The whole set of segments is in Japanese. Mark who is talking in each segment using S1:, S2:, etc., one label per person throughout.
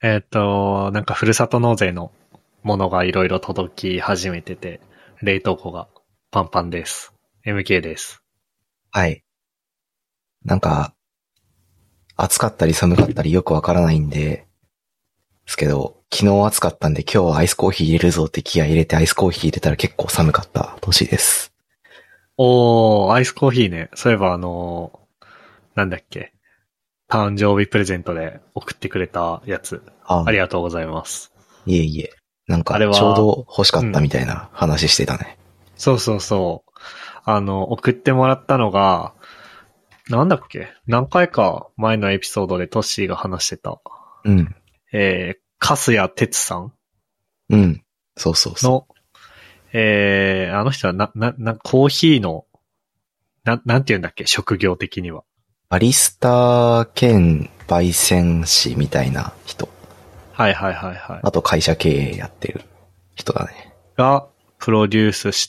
S1: なんかふるさと納税のものがいろいろ届き始めてて、冷凍庫がパンパンです。MK です。
S2: はい。なんか、暑かったり寒かったりよくわからないんで、ですけど、昨日暑かったんで今日はアイスコーヒー入れるぞって気合い入れてアイスコーヒー入れたら結構寒かった年です。
S1: アイスコーヒーね。そういえばなんだっけ。誕生日プレゼントで送ってくれたやつ。ありがとうございます。
S2: いえいえ。なん
S1: あれは、
S2: かちょうど欲しかったみたいな話してたね。
S1: そうそうそう。送ってもらったのが、なんだっけ何回か前のエピソードでトッシーが話してた。
S2: うん。
S1: カスヤテツさん
S2: うん。そうそうそ
S1: の、あの人はコーヒーの、なんて言うんだっけ職業的には。
S2: う。バリスタ兼焙煎師みたいな人。
S1: はいはいはいはい。
S2: あと会社経営やってる人だね。
S1: が、プロデュースした、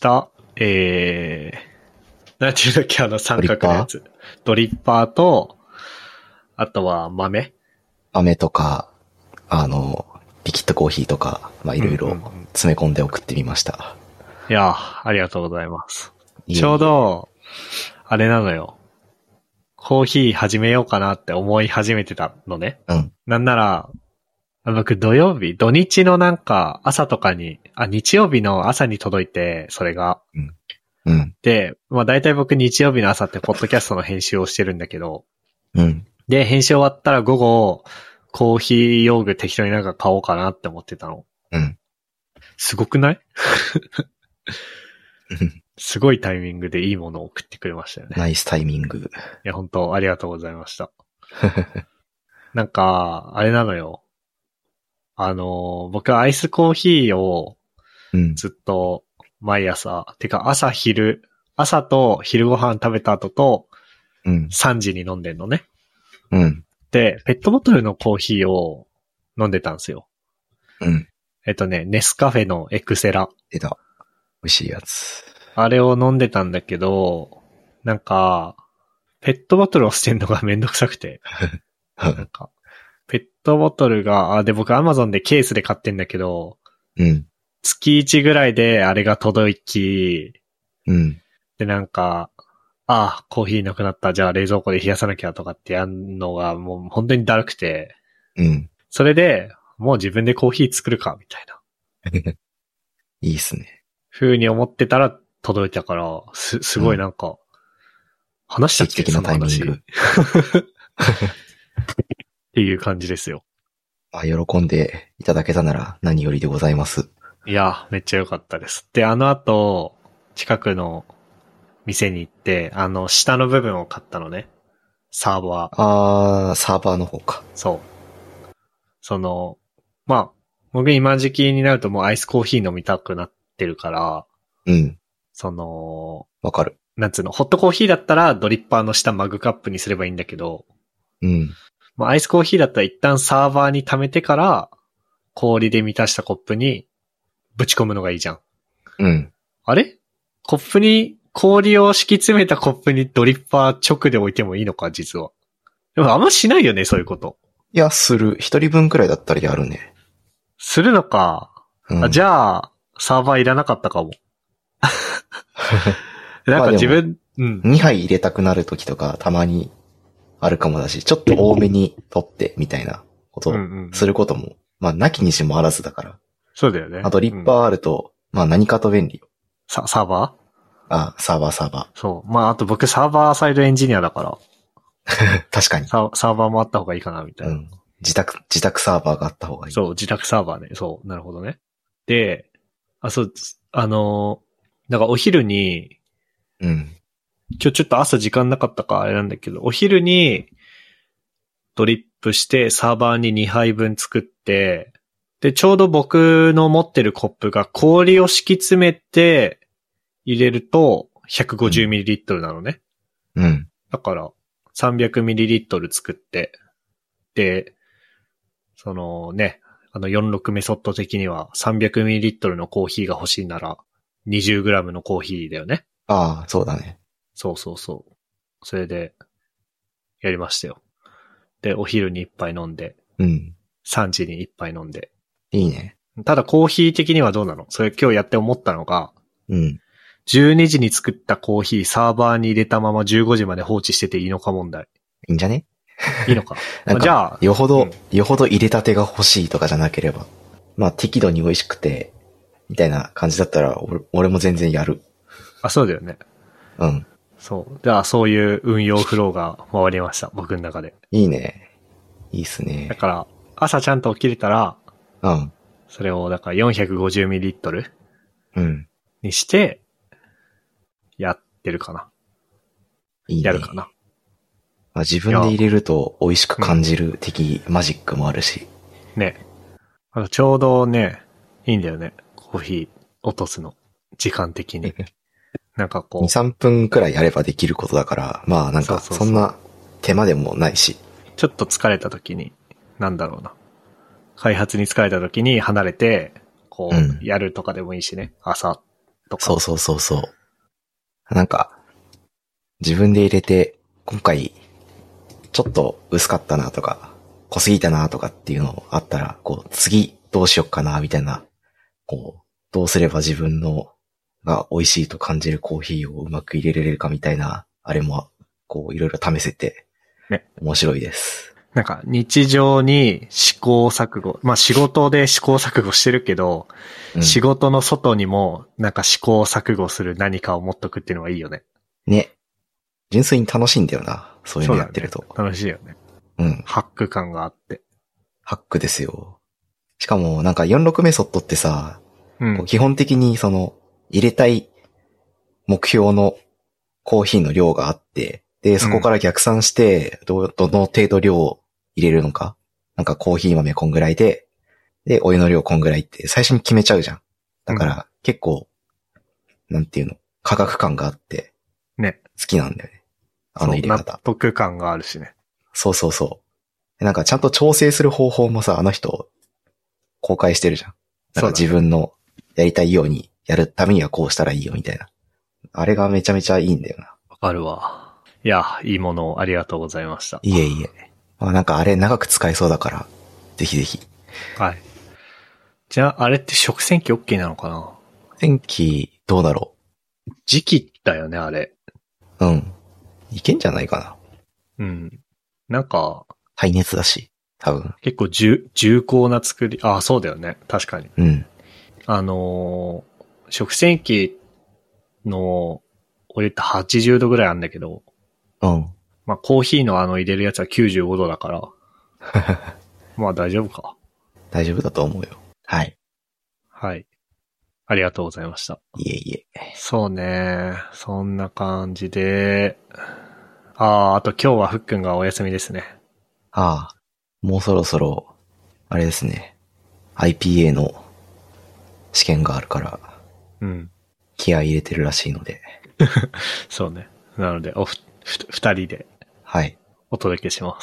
S1: なんて言うんだっけ三角のやつ。ドリッパーと、あとは豆
S2: 豆とか、リキッドコーヒーとか、いろいろ詰め込んで送ってみました。
S1: いや、ありがとうございます。
S2: いえいえ
S1: ちょうど、あれなのよ。コーヒー始めようかなって思い始めてたのね。
S2: うん。
S1: なんなら、僕土日のなんか朝とかに、日曜日の朝に届いて、それが。
S2: うん。うん。
S1: で、大体僕日曜日の朝ってポッドキャストの編集をしてるんだけど、
S2: うん。
S1: で、編集終わったら午後、コーヒー用具適当になんか買おうかなって思ってたの。
S2: うん。
S1: すごくないすごいタイミングでいいものを送ってくれましたよね。
S2: ナイスタイミング。
S1: いや、本当ありがとうございました。なんか、あれなのよ。僕はアイスコーヒーを
S2: うん。
S1: ずっと毎朝、てか朝と昼ご飯食べた後と
S2: うん。
S1: 3時に飲んでんのね。
S2: うん。
S1: で、ペットボトルのコーヒーを飲んでたんですよ。
S2: うん。
S1: ネスカフェのエクセラ。
S2: 出た。美味しいやつ。
S1: あれを飲んでたんだけど、なんか、ペットボトルを捨てるのがめんどくさくて。なんか、ペットボトルが、で、僕 Amazon でケースで買ってんだけど、
S2: うん。
S1: 月1ぐらいであれが届き、
S2: うん。
S1: で、なんか、コーヒーなくなった。じゃあ冷蔵庫で冷やさなきゃとかってやんのがもう本当にだるくて、
S2: うん。
S1: それで、もう自分でコーヒー作るか、みたいな。
S2: いいっすね。
S1: 風に思ってたら届いたから、すごいなんか、話したっけ
S2: 劇的なタイミング。
S1: っていう感じですよ。
S2: 喜んでいただけたなら何よりでございます。
S1: いや、めっちゃ良かったです。で、あの後、近くの店に行って、下の部分を買ったのね。サーバー。
S2: サーバーの方か。
S1: そう。僕今時期になるともうアイスコーヒー飲みたくなってるから、
S2: うん。わかる。
S1: なんつうの、ホットコーヒーだったらドリッパーの下マグカップにすればいいんだけど、
S2: うん。
S1: アイスコーヒーだったら一旦サーバーに溜めてから、氷で満たしたコップにぶち込むのがいいじゃん。
S2: うん。
S1: あれコップに、氷を敷き詰めたコップにドリッパー直で置いてもいいのか、実は。でもあんましないよね、そういうこと。
S2: いや、する。一人分くらいだったらやるね。
S1: するのか。
S2: うん、
S1: じゃあ、サーバーいらなかったかも。なんか自分、
S2: 2杯入れたくなる時とかたまにあるかもだし、ちょっと多めに取ってみたいなことをすることも、なきにしもあらずだから。
S1: そうだよね。
S2: ドリッパーあると、何かと便利よ。
S1: サーバ
S2: ーサーバー。
S1: そう。あと僕サーバーサイドエンジニアだから。
S2: 確かに。
S1: サーバーもあった方がいいかな、みたいな。
S2: 自宅サーバーがあった方がいい。
S1: そう、自宅サーバーね。そう、なるほどね。で、なんかお昼に、今日ちょっと朝時間なかったかあれなんだけど、お昼にドリップしてサーバーに2杯分作って、で、ちょうど僕の持ってるコップが氷を敷き詰めて入れると 150ml なのね。
S2: うん。
S1: だから 300ml 作って、で、46メソッド的には 300ml のコーヒーが欲しいなら 20g のコーヒーだよね。
S2: そうだね。
S1: そうそうそう。それで、やりましたよ。で、お昼に一杯飲んで。
S2: うん。
S1: 3時に一杯飲んで。
S2: いいね。
S1: ただコーヒー的にはどうなの？それ今日やって思ったのが、
S2: うん。
S1: 12時に作ったコーヒーサーバーに入れたまま15時まで放置してていいのか問題。
S2: いいんじゃね？
S1: いいのか。
S2: なんか
S1: じゃあ、
S2: よほど入れたてが欲しいとかじゃなければ、まあ適度に美味しくて、みたいな感じだったら、俺も全然やる。
S1: あ、そうだよね。
S2: うん。
S1: そう。じゃあ、そういう運用フローが回りました。僕の中で。
S2: いいね。いいっすね。
S1: だから、朝ちゃんと起きれたら、
S2: うん。
S1: それを、だから 450ml
S2: うん。
S1: にして、やってるかな。
S2: いいね。
S1: やるかな。
S2: まあ、自分で入れると美味しく感じる的マジックもあるし。
S1: ね。あとちょうどね、いいんだよね。コーヒー落とすの。時間的に。なんかこう。
S2: 2、3分くらいやればできることだから、まあなんかそんな手間でもないし。
S1: ちょっと疲れた時に、なんだろうな。開発に疲れた時に離れて、こう、やるとかでもいいしね。朝とか。
S2: そう。なんか、自分で入れて、今回、ちょっと薄かったなとか、濃すぎたなとかっていうのあったら、こう、次どうしよっかなみたいな、こう、どうすれば自分のが美味しいと感じるコーヒーをうまく入れれるかみたいな、あれも、こう、いろいろ試せて、ね。面白いです。
S1: なんか、日常に試行錯誤、まあ仕事で試行錯誤してるけど、仕事の外にも、なんか試行錯誤する何かを持っとくっていうのがいいよね。
S2: ね。純粋に楽しいんだよな。そういうのやってると。
S1: ね、楽しいよね。
S2: うん。
S1: ハック感があって。
S2: ハックですよ。しかも、なんか46メソッドってさ、
S1: こう
S2: 基本的にその、入れたい目標のコーヒーの量があって、で、そこから逆算して、どの程度量を入れるのか。なんかコーヒー豆こんぐらいで、で、お湯の量こんぐらいって最初に決めちゃうじゃん。だから、結構、なんていうの、科学感があって、
S1: ね。
S2: 好きなんだよね。あの入れ方。
S1: 納得感があるしね。
S2: そう。なんかちゃんと調整する方法もさ、あの人、公開してるじゃん。なんか自分のやりたいようにやるためにはこうしたらいいよみたいな。あれがめちゃめちゃいいんだよな。
S1: わかるわ。いや、いいものをありがとうございました。
S2: いえ。まあなんかあれ長く使えそうだから、ぜひぜひ。
S1: はい。じゃあ、あれって食洗機 OK なのかな？
S2: 洗機、どうだろ
S1: う？時期だよね、あれ。
S2: うん。いけんじゃないか
S1: な。うん。なんか、
S2: 耐熱だし、多分。
S1: 結構重厚な作り、あ、そうだよね。確かに。
S2: うん。
S1: 食洗機のお湯って80度ぐらいあるんだけど。
S2: うん。
S1: まあ、コーヒーの入れるやつは95度だから。まあ大丈夫か。
S2: 大丈夫だと思うよ。はい。
S1: はい。ありがとうございました。
S2: いえ。
S1: そうね。そんな感じで。あと今日はふっくんがお休みですね。
S2: ああ。もうそろそろ、あれですね。IPA の試験があるから。
S1: うん。
S2: 気合い入れてるらしいので。
S1: そうね。なので、二人で。
S2: はい。
S1: お届けします。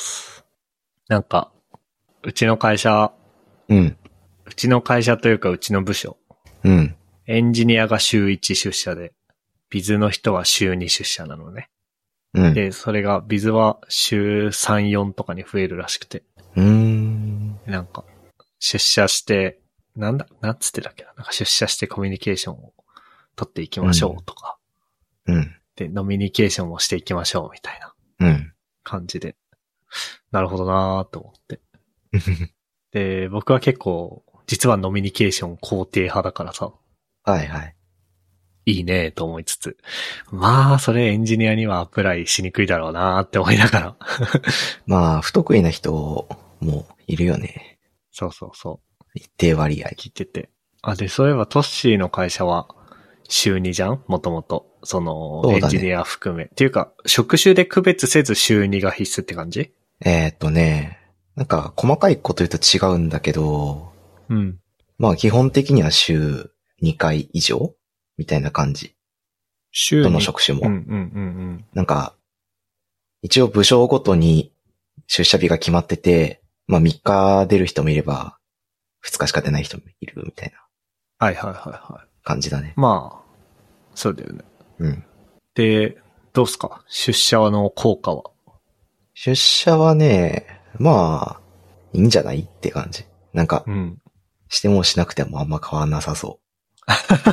S1: なんか、うちの会社。
S2: うん。
S1: うちの会社というかうちの部署。
S2: うん。
S1: エンジニアが週1出社で、ビズの人は週2出社なのね。
S2: うん。
S1: で、それが、ビズは週3、4とかに増えるらしくて。なんか、出社して、なんつってたっけな。なんか出社してコミュニケーションを取っていきましょうとか。
S2: うん。
S1: で、ノミニケーションもしていきましょうみたいな。
S2: うん。
S1: 感じで。なるほどなーと思って。で、僕は結構、実はノミニケーション肯定派だからさ。
S2: はいはい。
S1: いいねと思いつつ。まあ、それエンジニアにはアプライしにくいだろうなーって思いながら。
S2: まあ、不得意な人もいるよね。
S1: そう。
S2: 一定割合。
S1: 聞いてて。で、そういえばトッシーの会社は週2じゃん？もともと。エンジニア含め。っていうか、職種で区別せず週2が必須って感じ？
S2: なんか細かいこと言うと違うんだけど、
S1: うん。
S2: まあ基本的には週2回以上みたいな感じ。
S1: 週2。
S2: どの職種も。
S1: うん。
S2: なんか、一応部署ごとに出社日が決まってて、まあ3日出る人もいれば、2日しか出ない人もいるみたいな。
S1: はい。
S2: 感じだね。
S1: まあ、そうだよね。
S2: うん。
S1: で、どうすか？出社の効果は。
S2: 出社はね、まあ、 いいんじゃないって感じ。なんか、
S1: うん。
S2: してもしなくてもあんま変わんなさそう。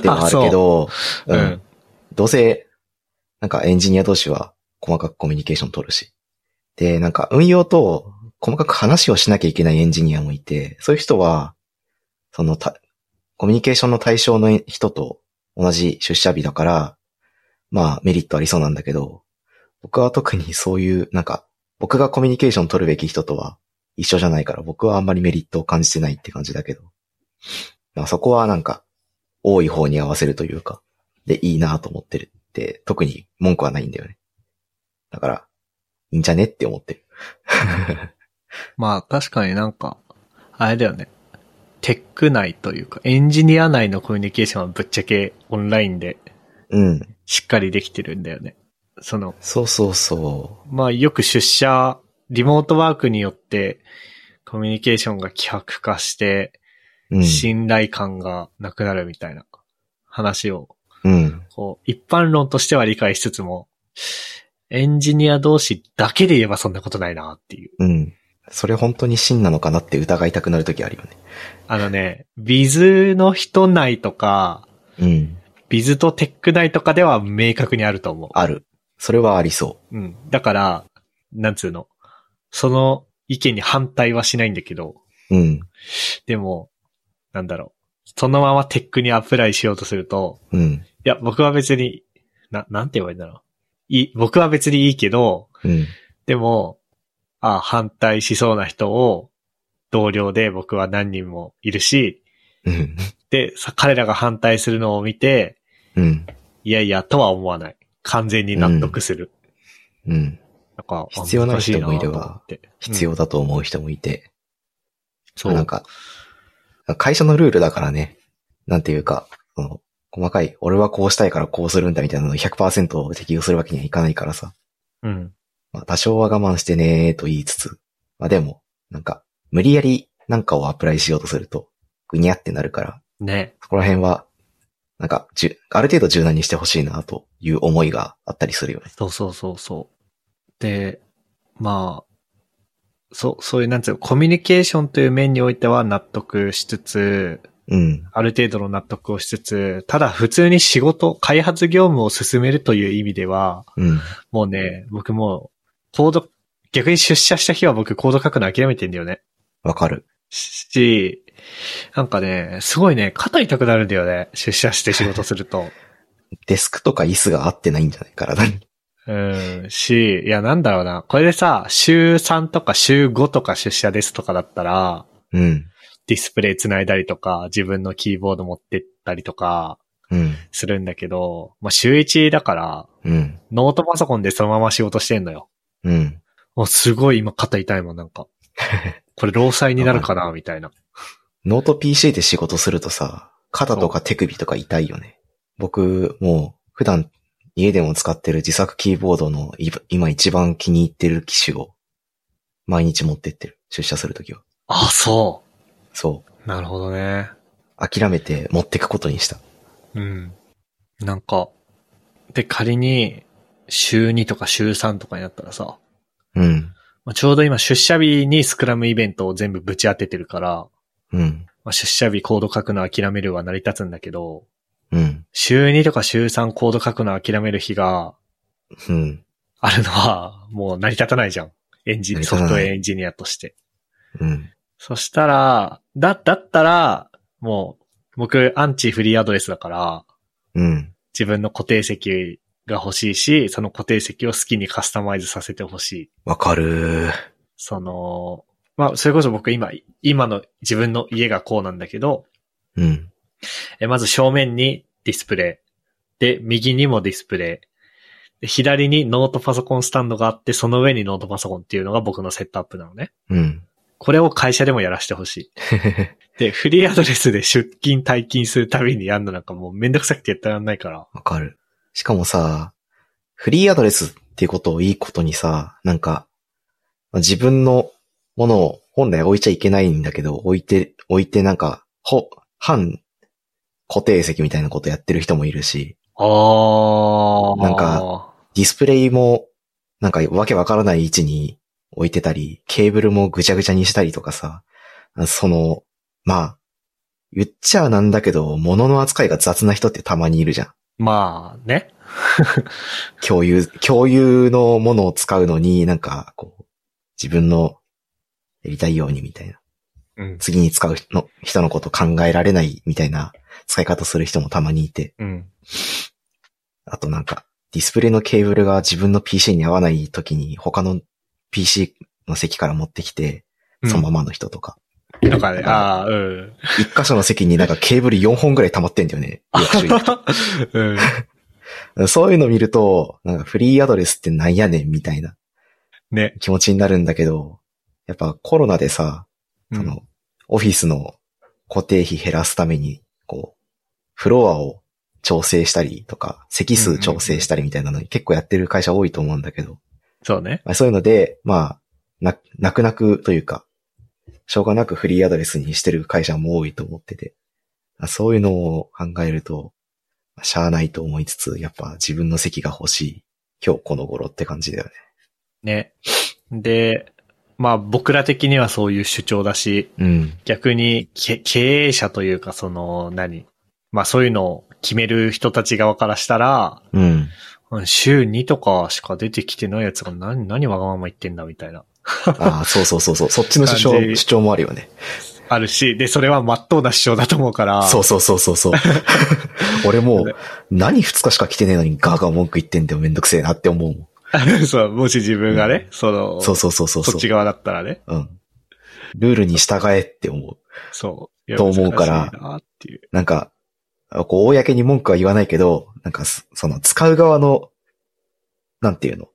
S2: でもあるけど、
S1: うん。
S2: どうせ、なんかエンジニア同士は細かくコミュニケーション取るし。で、なんか運用と細かく話をしなきゃいけないエンジニアもいて、そういう人は、コミュニケーションの対象の人と同じ出社日だから、まあメリットありそうなんだけど、僕は特にそういう、なんか、僕がコミュニケーション取るべき人とは一緒じゃないから、僕はあんまりメリットを感じてないって感じだけど。まあそこはなんか、多い方に合わせるというか、でいいなと思ってるって、特に文句はないんだよね。だから、いいんじゃねって思ってる。
S1: まあ確かになんか、あれだよね。テック内というか、エンジニア内のコミュニケーションはぶっちゃけオンラインで、しっかりできてるんだよね。
S2: そうそうそ
S1: う。まあよく出社、リモートワークによって、コミュニケーションが希薄化して、信頼感がなくなるみたいな話を、こう一般論としては理解しつつも、エンジニア同士だけで言えばそんなことないなっていう。
S2: それ本当に真なのかなって疑いたくなるときあるよ
S1: ね。ビズの人内とか、ビズとテック内とかでは明確にあると思う。
S2: ある。それはありそう。
S1: だから、なんつうの。その意見に反対はしないんだけど。でも、なんだろう。そのままテックにアプライしようとすると、いや、僕は別に、なんて言えばいいんだろう。僕は別にいいけど、でも、反対しそうな人を同僚で僕は何人もいるし、で、彼らが反対するのを見て、いやいやとは思わない。完全に納得する。なんか
S2: 必要な人もいれば、必要だと思う人もいて。そう。なんか、会社のルールだからね。なんていうか、細かい、俺はこうしたいからこうするんだみたいなのを 100% 適用するわけにはいかないからさ。まあ多少は我慢してねーと言いつつ。まあでも、なんか、無理やりなんかをアプライしようとすると、ぐにゃってなるから。
S1: ね。
S2: そこら辺は、なんか、ある程度柔軟にしてほしいなという思いがあったりするよね。
S1: そう。で、まあ、そういうなんつうの、コミュニケーションという面においては納得しつつ、ある程度の納得をしつつ、ただ普通に開発業務を進めるという意味では、もうね、僕も逆に出社した日は僕コード書くの諦めてんだよね。
S2: わかる。
S1: なんかね、すごいね、肩痛くなるんだよね。出社して仕事すると。
S2: デスクとか椅子が合ってないんじゃない体に。
S1: いやなんだろうな。これでさ、週3とか週5とか出社ですとかだったら、ディスプレイ繋いだりとか、自分のキーボード持ってったりとか、するんだけど、まあ週1だから、ノートパソコンでそのまま仕事してんのよ。もうすごい今肩痛いもんなんか。これ労災になるかなみたいな。
S2: ノート PC で仕事するとさ、肩とか手首とか痛いよね。僕、もう普段家でも使ってる自作キーボードの今一番気に入ってる機種を毎日持ってってる。出社するときは。
S1: そう。
S2: そう。
S1: なるほどね。
S2: 諦めて持ってくことにした。
S1: なんか、で仮に週2とか週3とかになったらさ、ちょうど今出社日にスクラムイベントを全部ぶち当ててるから、出社日コード書くの諦めるは成り立つんだけど、週2とか週3コード書くの諦める日が、あるのはもう成り立たないじゃん。ソフトウェアエンジニアとして。そしたら、だったら、もう、僕アンチフリーアドレスだから、自分の固定席が欲しいし、その固定席を好きにカスタマイズさせて欲しい。
S2: わかる。
S1: まあ、それこそ僕今の自分の家がこうなんだけど、まず正面にディスプレイ。で、右にもディスプレイ。で、左にノートパソコンスタンドがあって、その上にノートパソコンっていうのが僕のセットアップなのね。これを会社でもやらせてほしい。で、フリーアドレスで出勤退勤するたびにやるのなんかもうめんどくさくてやってらんないから。
S2: わかる。しかもさ、フリーアドレスっていうことをいいことにさ、なんか、自分のものを本来置いちゃいけないんだけど、置いてなんか、半固定席みたいなことやってる人もいるし。なんか、ディスプレイも、なんかわけわからない位置に置いてたり、ケーブルもぐちゃぐちゃにしたりとかさ、まあ、言っちゃなんだけど、物の扱いが雑な人ってたまにいるじゃん。
S1: まあね。
S2: 共有のものを使うのになんか、こう、自分のやりたいようにみたいな。
S1: うん。
S2: 次に使う人のこと考えられないみたいな使い方する人もたまにいて。
S1: うん。
S2: あとなんか、ディスプレイのケーブルが自分の PC に合わない時に他の PC の席から持ってきて、そのままの人とか。
S1: とかね、うん。
S2: 一箇所の席になんかケーブル4本ぐらい溜まってんだよね。うん、そういうの見ると、なんかフリーアドレスってなんやねんみたいな。
S1: ね。
S2: 気持ちになるんだけど、やっぱコロナでさ、オフィスの固定費減らすために、こう、フロアを調整したりとか、席数調整したりみたいなのに結構やってる会社多いと思うんだけど。
S1: そうね。
S2: そういうので、まあ、泣くというか、しょうがなくフリーアドレスにしてる会社も多いと思ってて。そういうのを考えると、しゃあないと思いつつ、やっぱ自分の席が欲しい。今日この頃って感じだよ
S1: ね。ね。で、まあ僕ら的にはそういう主張だし、
S2: うん、
S1: 逆に経営者というかまあそういうのを決める人たち側からしたら、
S2: うん、
S1: 週2とかしか出てきてないやつが何わがまま言ってんだみたいな。
S2: ああ、そう。そっちの主張もあるよね。
S1: あるし、で、それは真っ当な主張だと思うから。
S2: そう。俺もう、何2日しか来てねえのにガーガー文句言ってんだよ、めんどくせえなって思うもん。
S1: そう、もし自分がね、
S2: そう。
S1: そっち側だったらね。
S2: うん。ルールに従えって思う。
S1: そう。
S2: と思うから、なんか、こう、公に文句は言わないけど、なんか、使う側の、なんていうの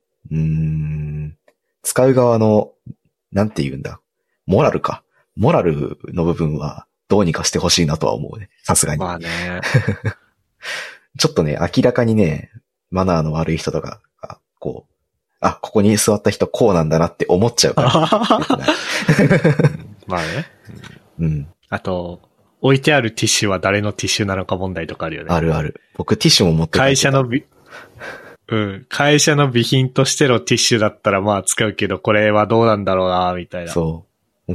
S2: 使う側の、なんて言うんだ。モラルの部分は、どうにかしてほしいなとは思うね。さすがに。
S1: まあね。
S2: ちょっとね、明らかにね、マナーの悪い人とか、こう、ここに座った人こうなんだなって思っちゃうから。
S1: まあね。
S2: うん。
S1: あと、置いてあるティッシュは誰のティッシュなのか問題とかあるよね。
S2: ある。僕ティッシュも持って
S1: 会社の備品としてのティッシュだったらまあ使うけど、これはどうなんだろうな、みたいな。
S2: そう。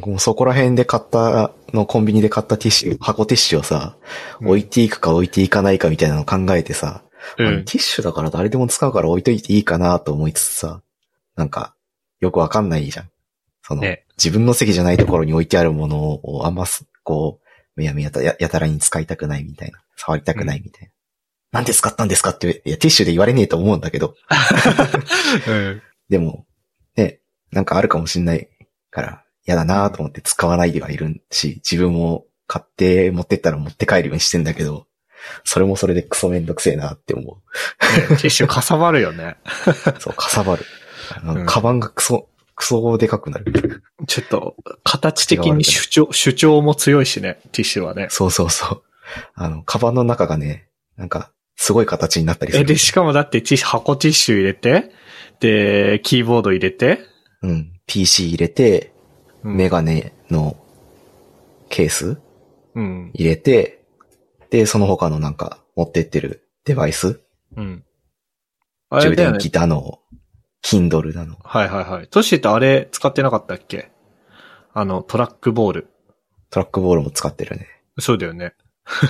S2: 僕もそこら辺でコンビニで買ったティッシュ、箱ティッシュをさ、置いていくか置いていかないかみたいなのを考えてさ、ティッシュだから誰でも使うから置いといていいかなと思いつつさ、なんか、よくわかんないじゃん。自分の席じゃないところに置いてあるものをあんまこう、やたらに使いたくないみたいな。触りたくないみたいな。なんで使ったんですかって、ティッシュで言われねえと思うんだけど。でも、ね、なんかあるかもしんないから、嫌だなと思って使わないではいるし、自分も買って持ってったら持って帰るようにしてんだけど、それもそれでクソめんどくせえなって思う。
S1: ティッシュかさばるよね。
S2: そう、かさばる。カバンがクソでかくなる。
S1: ちょっと、形的に主張も強いしね、ティッシュはね。
S2: そう。カバンの中がね、なんか、すごい形になったりする。
S1: で、しかもだって箱ティッシュ入れて、で、キーボード入れて、
S2: PC 入れて、メガネのケース入れて、で、その他のなんか、持ってってるデバイス充電器だの、Kindle だの。
S1: はい。トシってあれ使ってなかったっけ？トラックボール。
S2: トラックボールも使ってるね。
S1: そうだよね。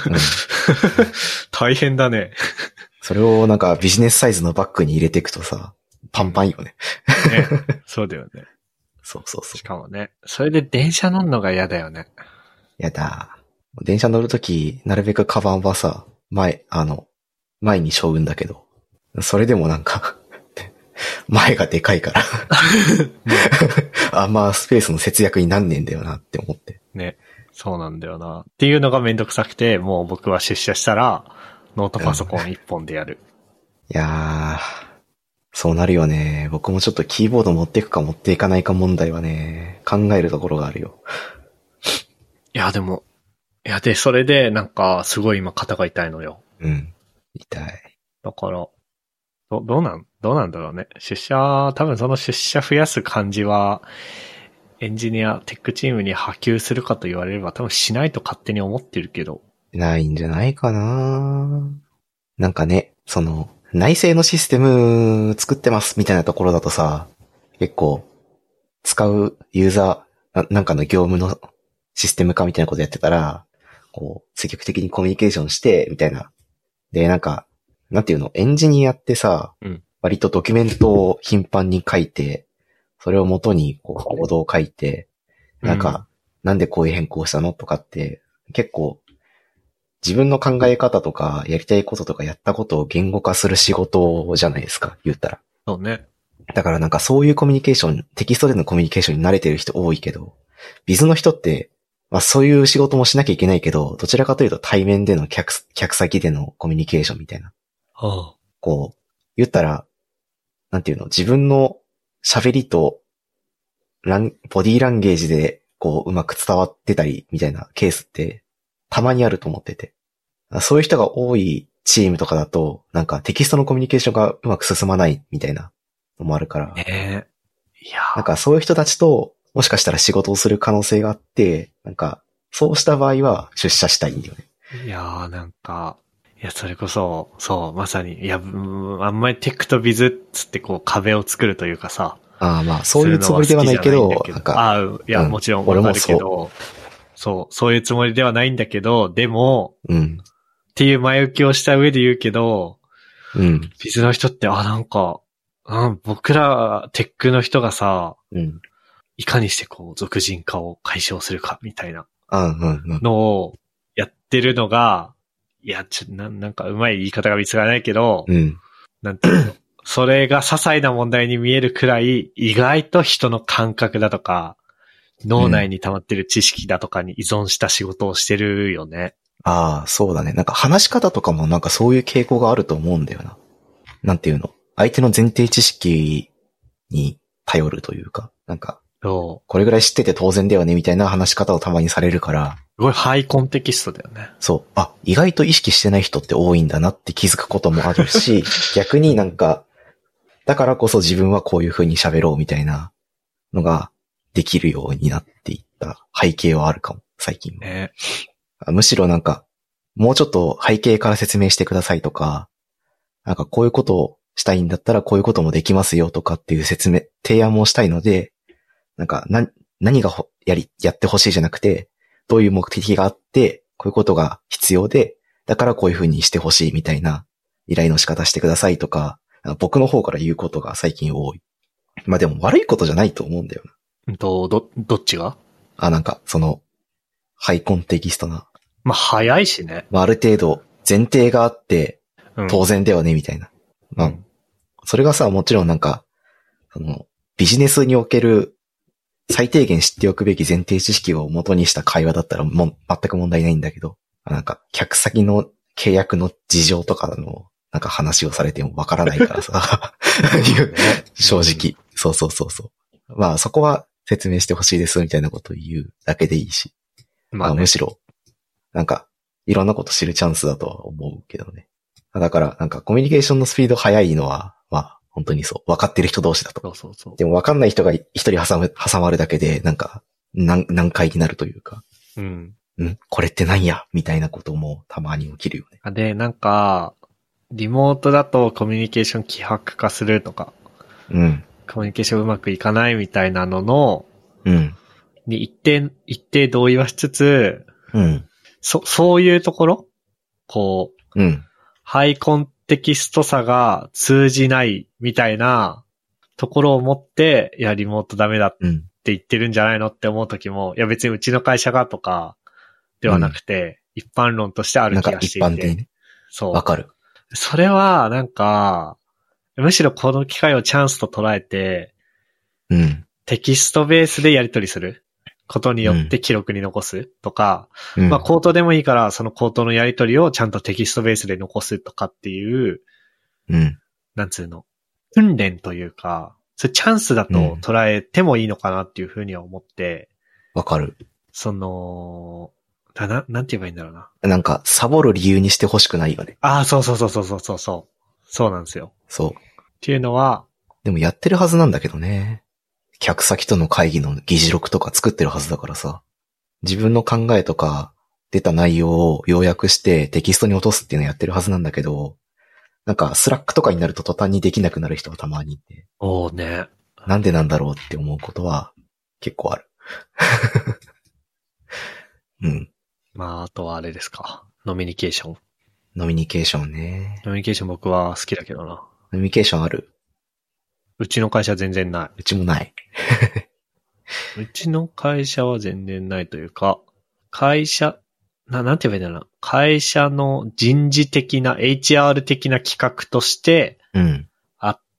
S1: 大変だね。
S2: それをなんかビジネスサイズのバッグに入れていくとさ、パンパンよね。
S1: そうだよね。
S2: そう。
S1: しかもね、それで電車乗るのが嫌だよね。
S2: やだ。電車乗るとき、なるべくカバンはさ、前に背負うんだけど、それでもなんか、前がでかいからあんまスペースの節約になんねえんだよなって思って。
S1: ね。そうなんだよな。っていうのがめんどくさくて、もう僕は出社したら、ノートパソコン一本でやる。
S2: いやー、そうなるよね。僕もちょっとキーボード持っていくか持っていかないか問題はね、考えるところがあるよ。
S1: で、それでなんか、すごい今肩が痛いのよ。
S2: 痛い。
S1: だから、どうなんだろうね。多分その出社増やす感じは、エンジニア、テックチームに波及するかと言われれば多分しないと勝手に思ってるけど。
S2: ないんじゃないかな。なんかね、内製のシステム作ってますみたいなところだとさ、結構、 使うユーザー、なんかの業務のシステム化みたいなことやってたら、こう、積極的にコミュニケーションして、みたいな。で、なんか、なんていうの、エンジニアってさ、割とドキュメントを頻繁に書いて、それを元にこうコードを書いて、なんか、なんでこういう変更したのとかって、結構、自分の考え方とか、やりたいこととかやったことを言語化する仕事じゃないですか、言ったら。
S1: そうね。
S2: だからなんかそういうコミュニケーション、テキストでのコミュニケーションに慣れてる人多いけど、ビズの人って、まあそういう仕事もしなきゃいけないけど、どちらかというと対面での客先でのコミュニケーションみたいな。こう、言ったら、なんていうの、自分の喋りと、ボディーランゲージで、こう、うまく伝わってたり、みたいなケースって、たまにあると思ってて。そういう人が多いチームとかだと、なんかテキストのコミュニケーションがうまく進まないみたいなのもあるから。
S1: いや
S2: なんかそういう人たちと、もしかしたら仕事をする可能性があって、なんか、そうした場合は出社したいんだよね。
S1: いやーなんか、いや、それこそ、そう、まさに、いや、あんまりテックとビズっつってこう壁を作るというかさ。
S2: ああ、まあ、そういうつもりではないけど、なんか。
S1: いや、もちろんわかるけど、そういうつもりではないんだけど、でも、っていう前置きをした上で言うけど、ビズの人って、なんか、僕らテックの人がさ、いかにしてこう、属人化を解消するか、みたいなのをやってるのが、いや、なんかうまい言い方が見つからないけど、なんていうの、それが些細な問題に見えるくらい、意外と人の感覚だとか、脳内に溜まってる知識だとかに依存した仕事をしてるよね。
S2: ああ、そうだね。なんか話し方とかもなんかそういう傾向があると思うんだよな。なんていうの。相手の前提知識に頼るというか、なんか、これぐらい知ってて当然だよねみたいな話し方をたまにされるから。
S1: すごいハイコンテキストだよね。
S2: そう。意外と意識してない人って多いんだなって気づくこともあるし、逆になんか、だからこそ自分はこういう風に喋ろうみたいなのができるようになっていった背景はあるかも、最近は。むしろなんか、もうちょっと背景から説明してくださいとか、なんかこういうことをしたいんだったらこういうこともできますよとかっていう提案もしたいので、なんか何がやってほしいじゃなくて、どういう目的があって、こういうことが必要で、だからこういう風にしてほしいみたいな依頼の仕方してくださいとか、僕の方から言うことが最近多い。まあでも悪いことじゃないと思うんだよな。
S1: どっちが？
S2: なんか、ハイコンテキストな。
S1: まあ、早いしね。
S2: まあ、ある程度、前提があって、当然だよね、みたいな。まあ、それがさ、もちろんなんか、ビジネスにおける、最低限知っておくべき前提知識を元にした会話だったら全く問題ないんだけど、なんか、客先の契約の事情とかの、なんか話をされてもわからないからさ、正直。そう。まあ、そこは説明してほしいです、みたいなことを言うだけでいいし。まあ、むしろ、なんか、いろんなこと知るチャンスだとは思うけどね。だから、なんかコミュニケーションのスピード速いのは、まあ、本当にそう。分かってる人同士だと。
S1: そう。
S2: でも分かんない人が一人挟まるだけで、なんか、難解になるというか。これって何やみたいなこともたまに起きるよね。
S1: で、なんか、リモートだとコミュニケーション希薄化するとか。コミュニケーションうまくいかないみたいなのの、に一定同意はしつつ、そういうところこう、ハイコンテキストさが通じないみたいなところを持って、いや、リモートダメだって言ってるんじゃないのって思うときも、いや別にうちの会社がとかではなくて、一般論としてある気がしていて。
S2: なんか一般的ね。そう。わかる。
S1: それは、なんか、むしろこの機会をチャンスと捉えて、テキストベースでやり取りすることによって記録に残すとか、まあ口頭でもいいから、その口頭のやり取りをちゃんとテキストベースで残すとかっていう、なんつうの、訓練というか、それチャンスだと捉えてもいいのかなっていうふうには思って、
S2: わかる。
S1: なんて言えばいいんだろうな。
S2: なんか、サボる理由にしてほしくないよね。
S1: そう。そうなんですよ。
S2: そう。
S1: っていうのは。
S2: でもやってるはずなんだけどね。客先との会議の議事録とか作ってるはずだからさ。自分の考えとか出た内容を要約してテキストに落とすっていうのやってるはずなんだけど、なんかスラックとかになると途端にできなくなる人がたまにいて。
S1: ね。
S2: なんでなんだろうって思うことは結構ある。うん。
S1: まあ、あとはあれですか。ノミニケーション。
S2: ノミニケーションね。
S1: ノミニケーション僕は好きだけどな。
S2: ノミニケーションある？
S1: うちの会社全然ない。
S2: うちもない。
S1: うちの会社は全然ないというか、会社、なんて言えばいいんだろうな。会社の人事的な、HR 的な企画として
S2: うん。
S1: あって、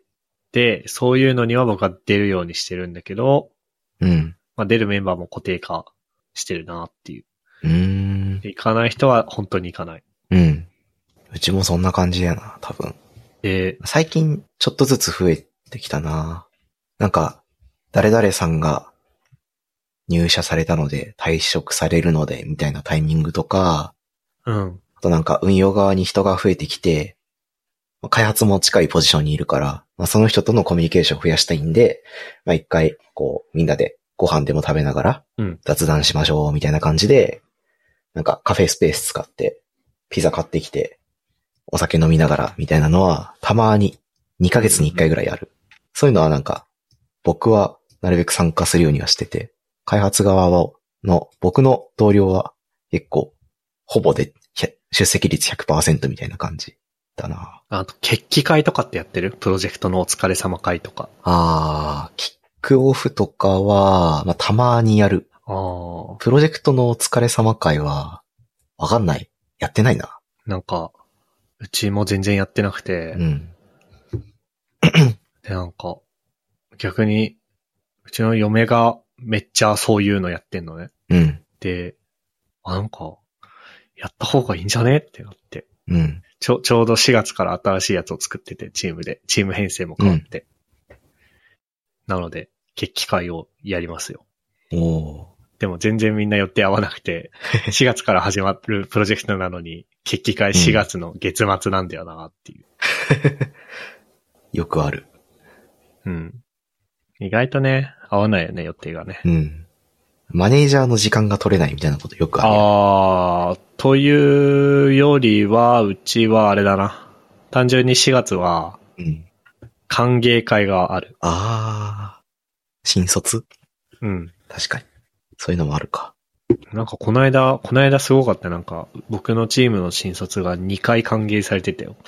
S1: で、そういうのには僕は出るようにしてるんだけど、
S2: うん。
S1: まあ出るメンバーも固定化してるなっていう。
S2: で
S1: 行かない人は本当に行かない。
S2: うん。うちもそんな感じやな、多分。最近ちょっとずつ増えてきたな。なんか、誰々さんが入社されたので退職されるのでみたいなタイミングとか、
S1: うん。
S2: あとなんか運用側に人が増えてきて、開発も近いポジションにいるから、まあ、その人とのコミュニケーションを増やしたいんで、まあ、一回、こう、みんなでご飯でも食べながら、雑談しましょう、みたいな感じで、なんかカフェスペース使って、ピザ買ってきて、お酒飲みながら、みたいなのは、たまに、2ヶ月に1回ぐらいある。そういうのはなんか、僕はなるべく参加するようにはしてて、開発側の、僕の同僚は、結構、ほぼで、出席率 100% みたいな感じ。だな。
S1: あと、決起会とかってやってる？プロジェクトのお疲れ様会とか。
S2: キックオフとかは、まあ、たまにやる。プロジェクトのお疲れ様会は、わかんない。やってないな。
S1: なんか、うちも全然やってなくて。
S2: うん。
S1: で、なんか、逆に、うちの嫁がめっちゃそういうのやってんのね。
S2: うん。
S1: で、なんか、やった方がいいんじゃねってなって。
S2: うん。
S1: ちょうど4月から新しいやつを作ってて、チームで。チーム編成も変わって。なので、決起会をやりますよ。でも全然みんな予定合わなくて、4月から始まるプロジェクトなのに、決起会4月の月末なんだよなっていう。
S2: よくある。
S1: うん。意外とね、合わないよね、予定がね。
S2: うん。マネージャーの時間が取れないみたいなことよくある。
S1: というよりは、うちはあれだな。単純に4月は、歓迎会がある。
S2: 新卒？
S1: うん。
S2: 確かに。そういうのもあるか。
S1: なんかこの間すごかった。なんか、僕のチームの新卒が2回歓迎されてたよ。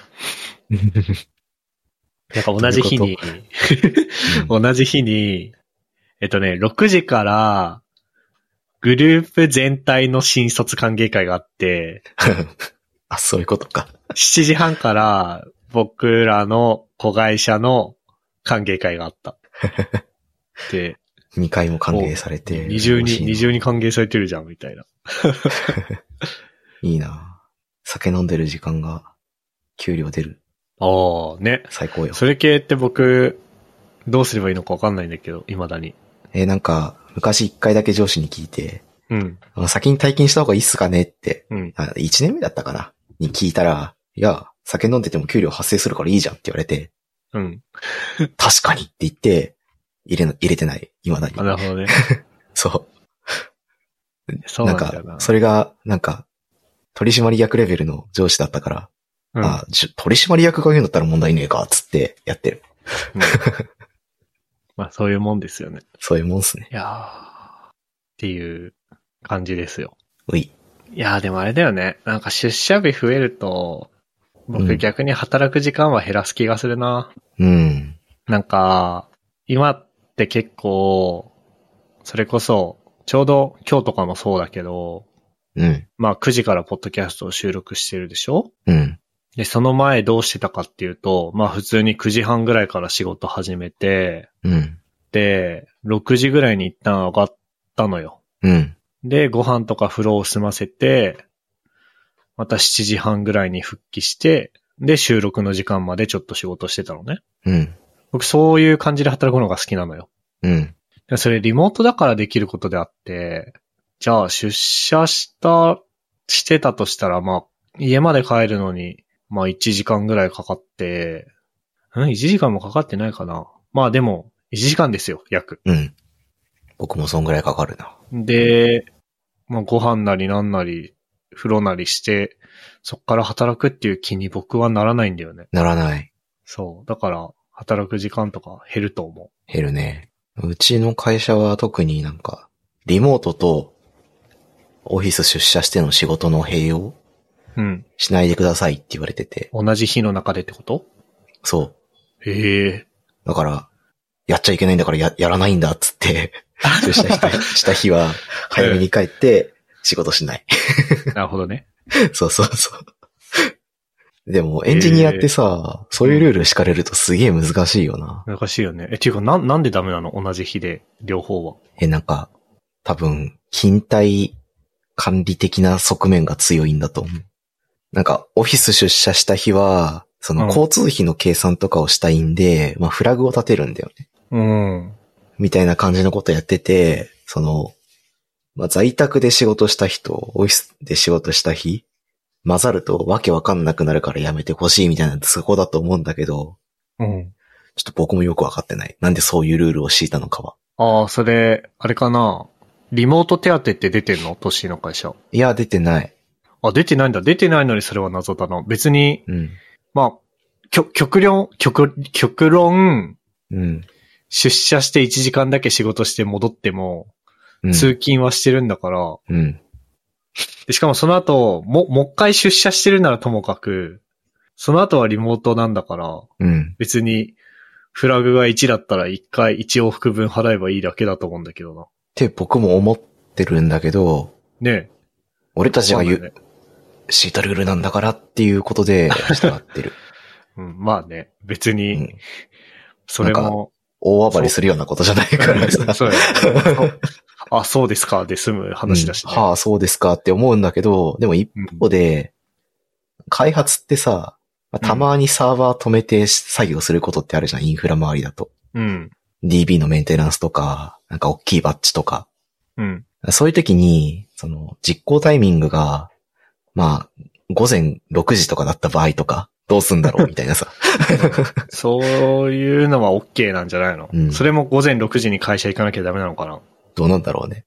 S1: なんか同じ日に、同じ日に、6時から、グループ全体の新卒歓迎会があって、
S2: そういうことか。
S1: 7時半から僕らの子会社の歓迎会があった。で、
S2: 2回も歓迎されて。
S1: 二重に歓迎されてるじゃん、みたいな。
S2: いいな。酒飲んでる時間が、給料出る。
S1: ね。
S2: 最高よ。
S1: それ系って僕、どうすればいいのかわかんないんだけど、未だに。
S2: なんか、昔1回だけ上司に聞いて、
S1: うん。
S2: 先に体験した方がいいっすかねって、
S1: うん。
S2: 1年目だったかなに聞いたら、いや、酒飲んでても給料発生するからいいじゃんって言われて、
S1: うん。
S2: 確かにって言って、入れてない、未だに。
S1: なるほどね。
S2: そう。
S1: そうなんだよな。
S2: それが、なんか、取締役レベルの上司だったから、取締役が言うんだったら問題ねえか、つってやってる。
S1: まあそういうもんですよね。
S2: そういうもんっすね。
S1: いやー、っていう感じですよ。
S2: い
S1: やーでもあれだよね。なんか出社日増えると、僕逆に働く時間は減らす気がするな。
S2: うん。
S1: なんか、今って結構、それこそ、ちょうど今日とかもそうだけど、まあ9時からポッドキャストを収録してるでしょ？で、その前どうしてたかっていうと、まあ普通に9時半ぐらいから仕事始めて、で、6時ぐらいに一旦上がったのよ。で、ご飯とか風呂を済ませて、また7時半ぐらいに復帰して、で、収録の時間までちょっと仕事してたのね。僕そういう感じで働くのが好きなのよ。それリモートだからできることであって、じゃあ出社してたとしたら、まあ、家まで帰るのに、まあ1時間ぐらいかかって、1時間もかかってないかな。まあでも、1時間ですよ、約。
S2: 僕もそんぐらいかかるな。
S1: で、まあご飯なりなんなり、風呂なりして、そっから働くっていう気に僕はならないんだよね。
S2: ならない。
S1: そう。だから、 働く時間とか減ると思
S2: 減るね。うちの会社は特になんか、リモートとオフィス出社しての仕事の併用
S1: う。うん。
S2: しないでくださいって言われてて。
S1: 同じ日の中でってこと？
S2: そう。
S1: へえ。
S2: だから、やっちゃいけないんだからやらないんだっつって、出社した日は早めに帰って仕事しない。
S1: なるほどね。
S2: そうそうそう。でもエンジニアってさ、そういうルール敷かれるとすげえ難しいよな。
S1: 難しいよね。っていうかなんでダメなの？同じ日で、両方は。
S2: なんか、多分、勤怠管理的な側面が強いんだと思う。なんか、オフィス出社した日は、その交通費の計算とかをしたいんで、まあフラグを立てるんだよね。
S1: うん。
S2: みたいな感じのことやってて、その、まあ在宅で仕事した日とオフィスで仕事した日、混ざるとわけわかんなくなるからやめてほしいみたいなそこだと思うんだけど、
S1: うん。
S2: ちょっと僕もよくわかってない。なんでそういうルールを敷いたのかは。
S1: ああ、それ、あれかな。リモート手当って出てんの？都市の会社。
S2: いや、出てない。
S1: あ、出てないんだ。出てないのにそれは謎だな。別に、
S2: うん。
S1: まあ、極論、
S2: うん。
S1: 出社して1時間だけ仕事して戻っても、
S2: うん、
S1: 通勤はしてるんだから、
S2: うん。
S1: で、しかもその後、もう一回出社してるならともかく、その後はリモートなんだから、
S2: うん。
S1: 別に、フラグが1だったら1回1往復分払えばいいだけだと思うんだけどな。
S2: って僕も思ってるんだけど、
S1: ねえ。
S2: 俺たちが言う、敷いたルールなんだからっていうことで従ってる。
S1: うん、まあね、別に、
S2: うん、
S1: それも。
S2: 大暴れするようなことじゃないからさ。
S1: そうや。あ、そうですか、で済む話だしね。
S2: はあ、そうですかって思うんだけど、でも一方で、開発ってさ、たまにサーバー止めて作業することってあるじゃん、インフラ周りだと。
S1: うん。
S2: DB のメンテナンスとか、なんか大きいバッジとか。
S1: うん。
S2: そういう時に、その、実行タイミングが、まあ、午前6時とかだった場合とか、どうすんだろうみたいなさ。
S1: そういうのは OK なんじゃないの？うん。それも午前6時に会社行かなきゃダメなのかな？
S2: どうなんだろうね。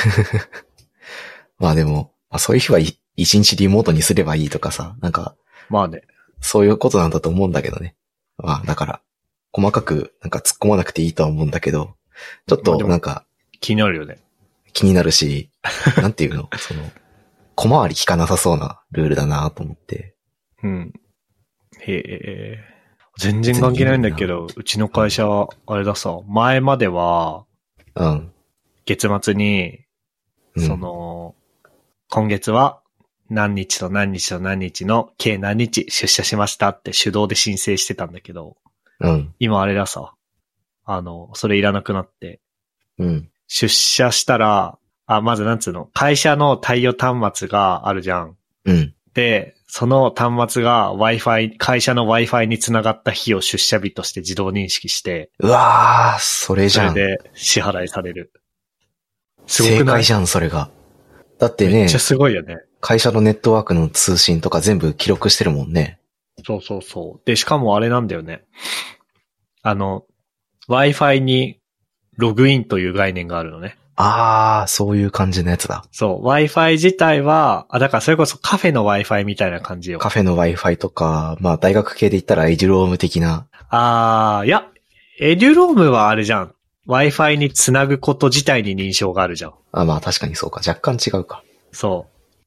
S2: まあでも、そういう日は一日リモートにすればいいとかさ、なんか。
S1: まあね。
S2: そういうことなんだと思うんだけどね。まあだから、細かくなんか突っ込まなくていいとは思うんだけど、ちょっとなんか、
S1: 気になるよね。
S2: 気になるし、なんていうのその、小回り効かなさそうなルールだなと思って。
S1: うん。へえ。全然関係ないんだけど、うちの会社は、あれださ、前までは、
S2: うん。
S1: 月末に、その、今月は何日と何日と何日の計何日出社しましたって手動で申請してたんだけど、
S2: うん。
S1: 今あれださ、それいらなくなって、
S2: うん。
S1: 出社したら、まずなんつうの、会社の貸与端末があるじゃん。
S2: うん。
S1: で、その端末が Wi-Fi、会社の Wi-Fi につながった日を出社日として自動認識して、
S2: うわー、それじゃん。
S1: それで支払いされる。すごくない？
S2: 正解じゃん、それが。だってね、
S1: めっちゃすごいよね。
S2: 会社のネットワークの通信とか全部記録してるもんね。
S1: そうそうそう。で、しかもあれなんだよね。Wi-Fi にログインという概念があるのね。
S2: そういう感じのやつだ。
S1: そう。Wi-Fi 自体は、だからそれこそカフェの Wi-Fi みたいな感じよ。
S2: カフェの Wi-Fi とか、まあ大学系で言ったらエデュローム的な。
S1: いや、エデュロームはあれじゃん。Wi-Fi につなぐこと自体に認証があるじゃん。
S2: まあ確かにそうか。若干違うか。
S1: そう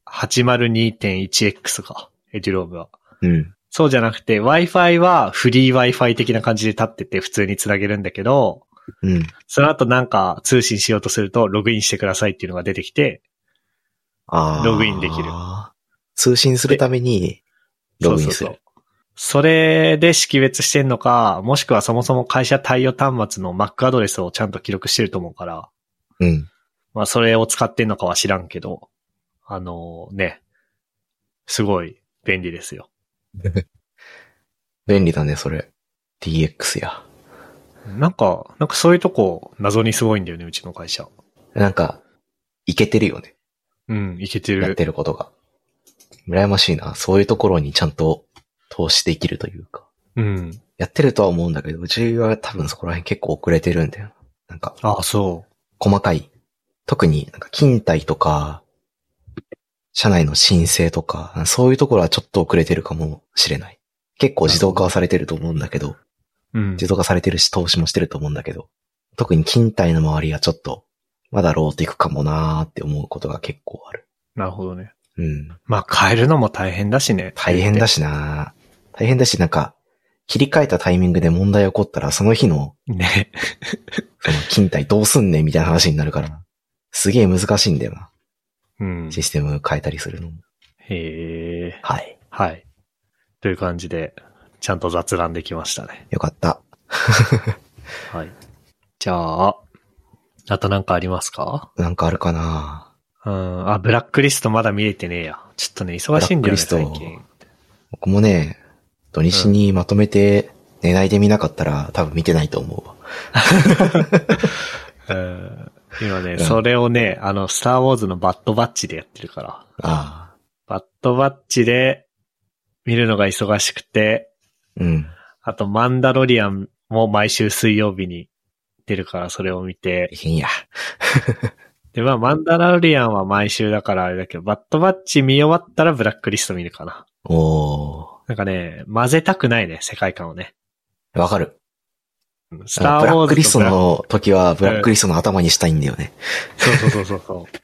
S1: 。802.1x か。エデュロームは。
S2: うん。
S1: そうじゃなくて Wi-Fi はフリー Wi-Fi 的な感じで立ってて普通につなげるんだけど、
S2: うん。
S1: その後なんか通信しようとするとログインしてくださいっていうのが出てきて、ログインできる。
S2: 通信するためにログインする。
S1: そう。それで識別してんのか、もしくはそもそも会社対応端末の Mac アドレスをちゃんと記録してると思うから、
S2: うん。
S1: まあそれを使ってんのかは知らんけど、ね、すごい便利ですよ。
S2: 便利だね、それ。DX や。
S1: なんかそういうとこ謎にすごいんだよね、うちの会社。
S2: なんか、いけてるよね。
S1: うん、いけてる。
S2: やってることが。羨ましいな。そういうところにちゃんと投資できるというか。
S1: うん。
S2: やってるとは思うんだけど、うちは多分そこら辺結構遅れてるんだよ。なんか。
S1: そう。
S2: 細かい。特になんか勤怠とか、社内の申請とか、そういうところはちょっと遅れてるかもしれない。結構自動化はされてると思うんだけど。 自動化されてるし、投資もしてると思うんだけど、特に勤怠の周りはちょっと、まだローテクかもなーって思うことが結構ある。
S1: なるほどね。
S2: うん。
S1: まあ変えるのも大変だしね。
S2: 大変だしなー。大変だし、なんか、切り替えたタイミングで問題起こったら、その日の、
S1: ね。
S2: その勤怠どうすんねんみたいな話になるから、すげえ難しいんだよな。
S1: うん。
S2: システム変えたりするのも。
S1: へえ。
S2: はい。
S1: はい。という感じで、ちゃんと雑談できましたね。
S2: よかった。
S1: はい。じゃあ、あとなんかありますか？
S2: なんかあるかな？
S1: ブラックリストまだ見れてねえや。ちょっとね、忙しいんだよね、最近。
S2: 僕もね、土日にまとめて寝ないで見なかったら、多分見てないと思うわ。
S1: 今ね、それをね、スターウォーズのバッドバッチでやってるから。
S2: ああ。
S1: バッドバッチで見るのが忙しくて、
S2: うん。
S1: あと、マンダロリアンも毎週水曜日に出るから、それを見て。
S2: いいや。
S1: で、まあ、マンダロリアンは毎週だからあれだけど、バッドバッチ見終わったらブラックリスト見るかな。
S2: おー。
S1: なんかね、混ぜたくないね、世界観をね。
S2: わかる。
S1: スターウォーズと
S2: ブラックリストの時は、ブラックリストの頭にしたいんだよね。
S1: そう。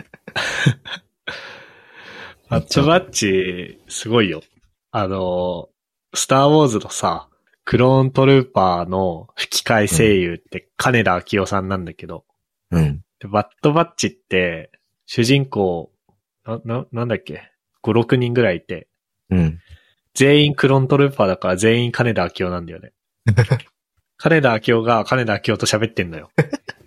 S1: バッドバッチ、すごいよ。スターウォーズのさ、クローントルーパーの吹き替え声優って金田明夫さんなんだけど、
S2: うん。
S1: でバッドバッチって、主人公、なんだっけ ?5、6人ぐらいいて、
S2: うん。
S1: 全員クローントルーパーだから全員金田明夫なんだよね。金田明夫が金田明夫と喋ってんのよ。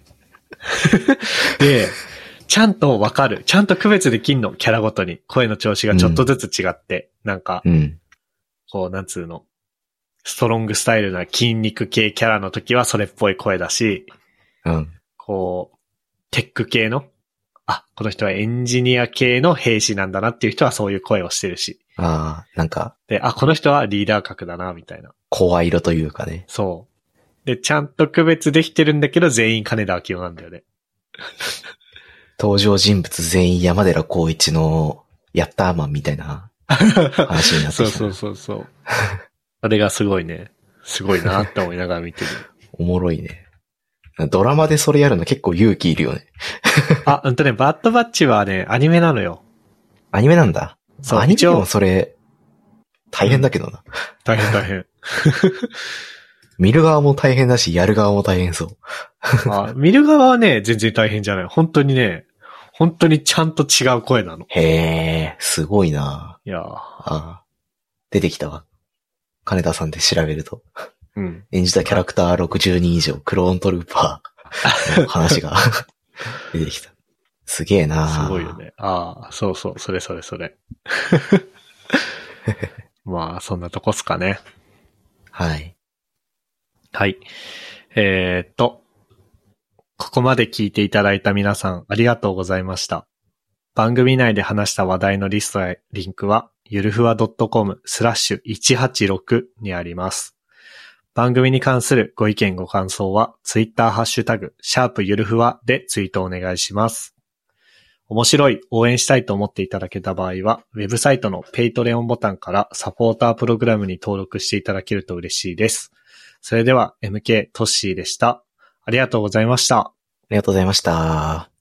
S1: で、ちゃんとわかる。ちゃんと区別できんの、キャラごとに。声の調子がちょっとずつ違って。なんか、こう、なんつうの。ストロングスタイルな筋肉系キャラの時はそれっぽい声だし、こう、テック系の、この人はエンジニア系の兵士なんだなっていう人はそういう声をしてるし。
S2: なんか。
S1: で、この人はリーダー格だな、みたいな。
S2: 声色というかね。
S1: そう。で、ちゃんと区別できてるんだけど、全員金田明夫なんだよね。
S2: 登場人物全員山寺宏一のヤッターマンみたいな話になってきた。
S1: そう。あれがすごいね。すごいなって思いながら見てる。
S2: おもろいね。ドラマでそれやるの結構勇気いるよね。
S1: バッドバッチはね、アニメなのよ。
S2: アニメなんだ。
S1: そう。
S2: アニメでもそれ、大変だけどな。
S1: 大変。
S2: 見る側も大変だし、やる側も大変そう。
S1: 見る側はね、全然大変じゃない。本当にちゃんと違う声なの。
S2: へー、すごいな。
S1: いや
S2: 出てきたわ。金田さんで調べると。
S1: うん。
S2: 演じたキャラクター60人以上、クローントルーパーの話が出てきた。すげえな。
S1: すごいよね。そう、それ。まあ、そんなとこっすかね。
S2: はい。
S1: はい。ここまで聞いていただいた皆さんありがとうございました。番組内で話した話題のリストやリンクは、ゆるふわ .com/186 にあります。番組に関するご意見ご感想は、ツイッターハッシュタグ、#ゆるふわでツイートお願いします。面白い、応援したいと思っていただけた場合は、ウェブサイトのペイトレオンボタンからサポータープログラムに登録していただけると嬉しいです。それでは MK トッシーでした。ありがとうございました。
S2: ありがとうございました。